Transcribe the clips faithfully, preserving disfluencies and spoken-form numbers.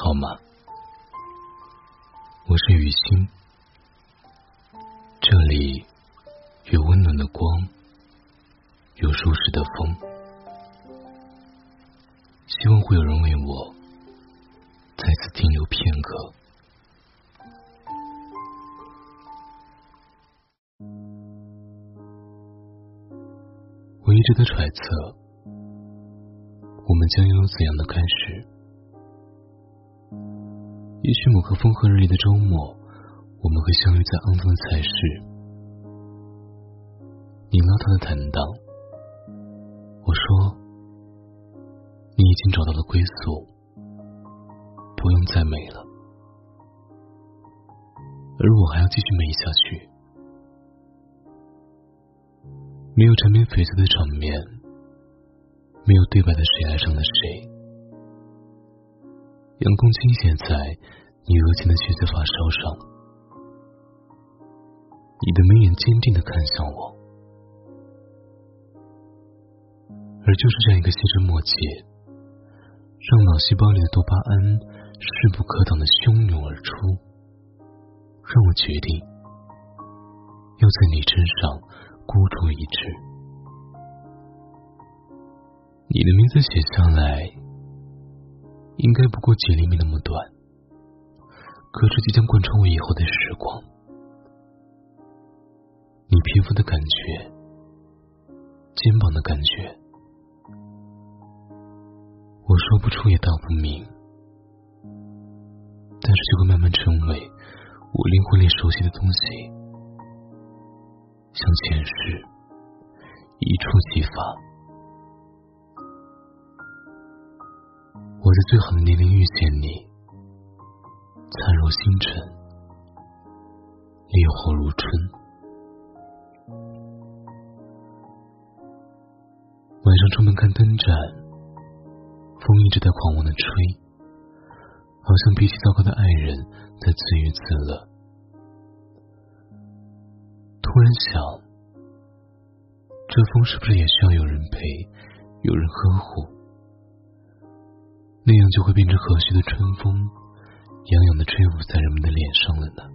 好吗？我是雨欣，这里有温暖的光，有舒适的风，希望会有人为我在此停留片刻。我一直在揣测，我们将拥有怎样的开始？也许某个风和日丽的周末，我们会相遇在肮脏的菜市。你邋遢的坦荡，我说你已经找到了归宿，不用再美了，而我还要继续美下去。没有缠绵悱恻的场面，没有对白的谁爱上了谁，阳光倾泻在你额前的血色发梢上，你的眉眼坚定地看向我，而就是这样一个细枝末节，让脑细胞里的多巴胺势不可挡地汹涌而出，让我决定要在你身上孤注一掷。你的名字写下来应该不过几厘米那么短，可是即将贯穿我以后的时光。你皮肤的感觉，肩膀的感觉，我说不出也道不明，但是就会慢慢成为我灵魂里熟悉的东西，像前世一触即发。我在最好的年龄遇见你，灿若星辰，烈火如春。晚上出门看灯展，风一直在狂妄地吹，好像脾气糟糕的爱人在自娱自乐。突然想，这风是不是也需要有人陪，有人呵护，那样就会变成和煦的春风，痒痒地吹拂在人们的脸上了呢？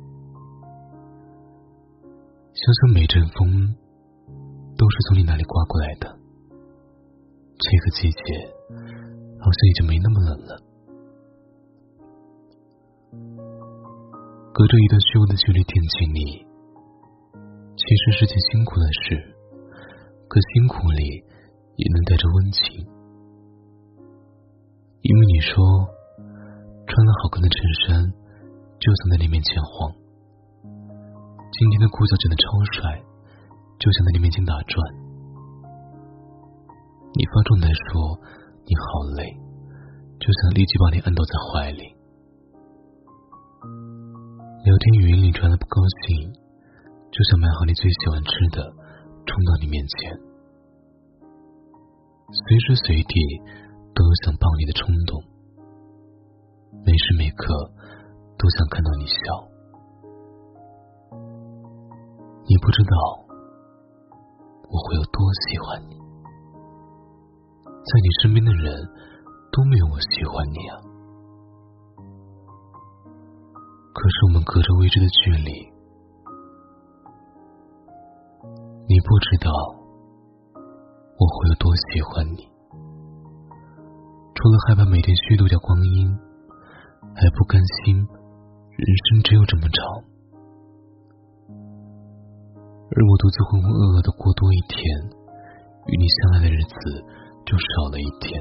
想想每阵风都是从你那里刮过来的，这个季节好像已经没那么冷了。隔着一段虚无的距离惦记你，其实是件辛苦的事，可辛苦里也能带着温情。因为你说穿了好看的衬衫就想在你面前晃，今天的裤脚剪得超帅，就想在你面前打转。你发状态说你好累，就想立即把你按倒在怀里。聊天语音里传来不高兴，就想买好你最喜欢吃的冲到你面前。随时随地都有想抱你的冲动，每时每刻都想看到你笑。你不知道我会有多喜欢你，在你身边的人都没有我喜欢你啊。可是我们隔着未知的距离，你不知道我会有多喜欢你。除了害怕每天虚度掉光阴，还不甘心人生只有这么长，而我独自浑浑噩噩的过多一天，与你相爱的日子就少了一天。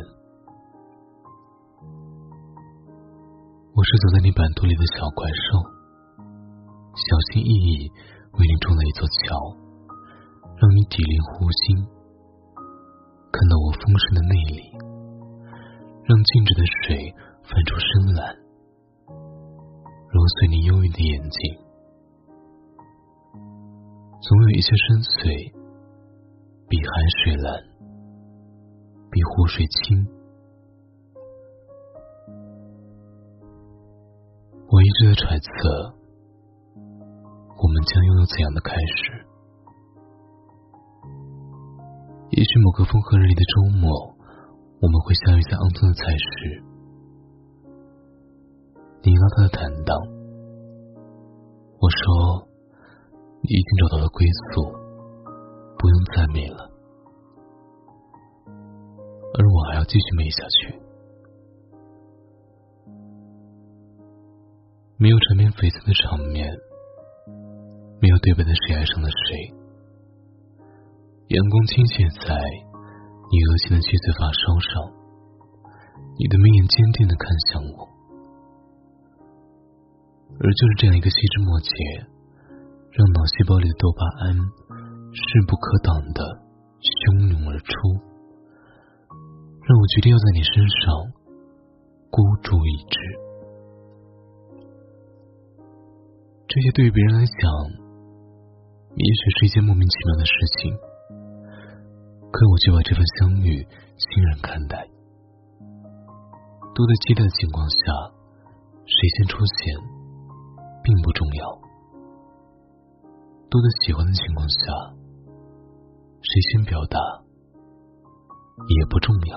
我是走在你版图里的小怪兽，小心翼翼为你筑了一座桥，让你体力呼吸，看到我丰盛的内里，让静止的水泛出深蓝，揉碎你忧郁的眼睛。总有一些深邃比海水蓝，比湖水清。我一直在揣测，我们将拥有怎样的开始。也许某个风和日丽的周末，我们会相遇在肮脏的菜市。 你赢了他的坦荡。我说你已经找到了归宿，不用再美了，而我还要继续美下去。没有缠绵悱恻的场面，没有对白的谁爱上了谁，阳光倾泻在你额前的七岁发梢上，你的眉眼坚定地看向我。而就是这样一个细枝末节，让脑细胞里的多巴胺势不可挡地汹涌而出，让我决定要在你身上孤注一掷。这些对于别人来讲也许是一件莫名其妙的事情，可我却把这份相遇欣然看待。多在期待的情况下，谁先出现并不重要，多在喜欢的情况下，谁先表达也不重要，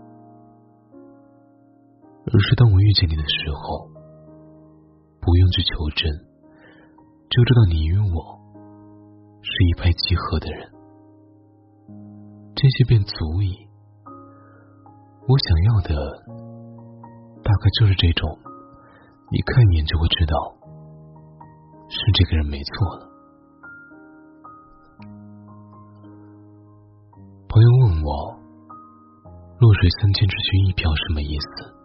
而是当我遇见你的时候，不用去求证，就知道你与我是一拍即合的人，这些便足矣。我想要的大概就是这种，你看一眼就会知道是这个人没错了。朋友问我，弱水三千只取一瓢什么意思？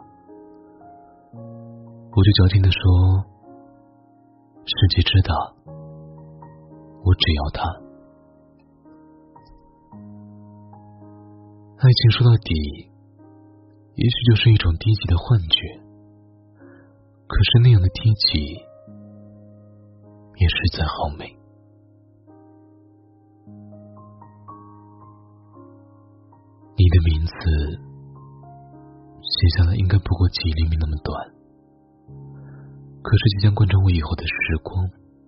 我就矫情地说，世界之大，我只要它。爱情说到底，也许就是一种低级的幻觉，可是那样的低级也实在好美。你的名字写下来应该不过几厘米那么短，可是即将贯穿我以后的时光，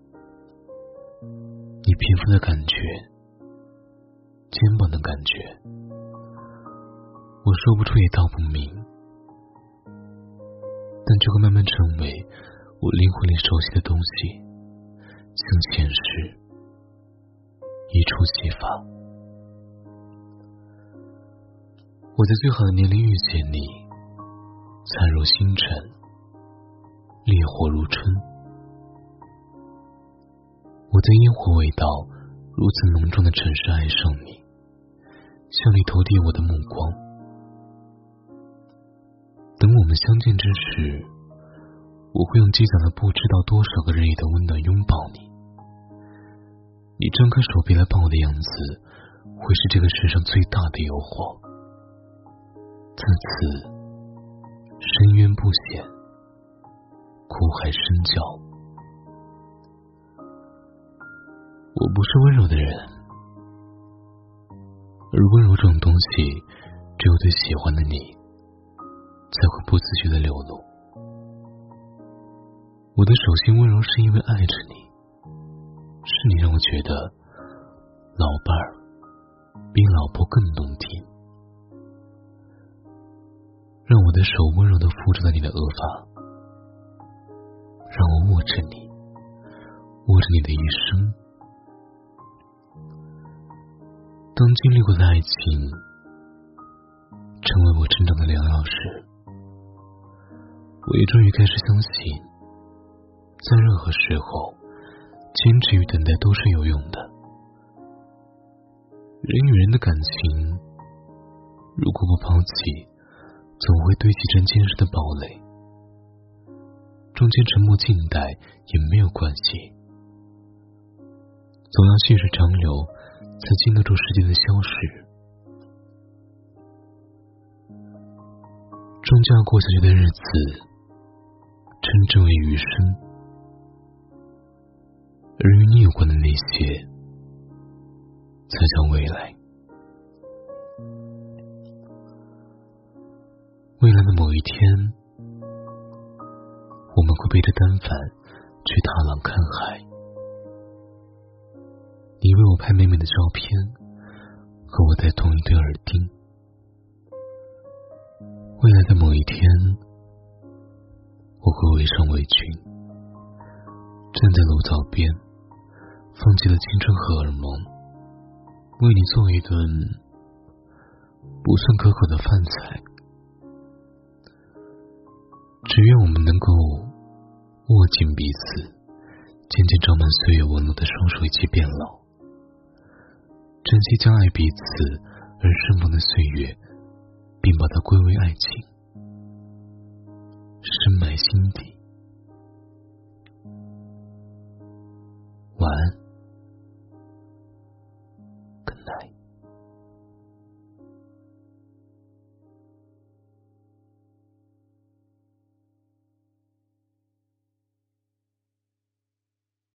你皮肤的感觉，肩膀的感觉，我说不出也道不明，但就会慢慢成为我灵魂里熟悉的东西，像前世一触即发。我在最好的年龄遇见你，灿如星辰，烈火如春。我在烟火味道如此浓重的城市爱上你，向你投递我的目光。等我们相见之时，我会用积攒了不知道多少个日夜的温暖拥抱你。你张开手臂来抱我的样子，会是这个世上最大的诱惑。自此深渊不显，苦海深交。我不是温柔的人，而温柔这种东西只有对喜欢的你才会不自觉地流露。我的手心温柔是因为爱着你，是你让我觉得老伴儿比老婆更动听。让我的手温柔地附着在你的额发，让我握着你，握着你的一生。当经历过的爱情成为我成长的良药时，我也终于开始相信，在任何时候坚持与等待都是有用的。人与人的感情如果不抛弃，总会堆积成坚实的堡垒，中间沉默静待也没有关系，总要细水长流才经得住时间的消逝。终将要过下去的日子称之为余生，而与你有关的那些才叫未来。未来的某一天，我们会背着单反去踏浪看海，你为我拍美美的照片，和我戴同一对耳钉。未来的某一天，我我会围上围裙，站在炉灶边，放弃了青春荷尔蒙，为你做一顿不算可口的饭菜。只愿我们能够握紧彼此，渐渐长满岁月纹路的双手一起变老，珍惜将爱彼此而盛放的岁月，并把它归为爱情，深埋心底。晚安。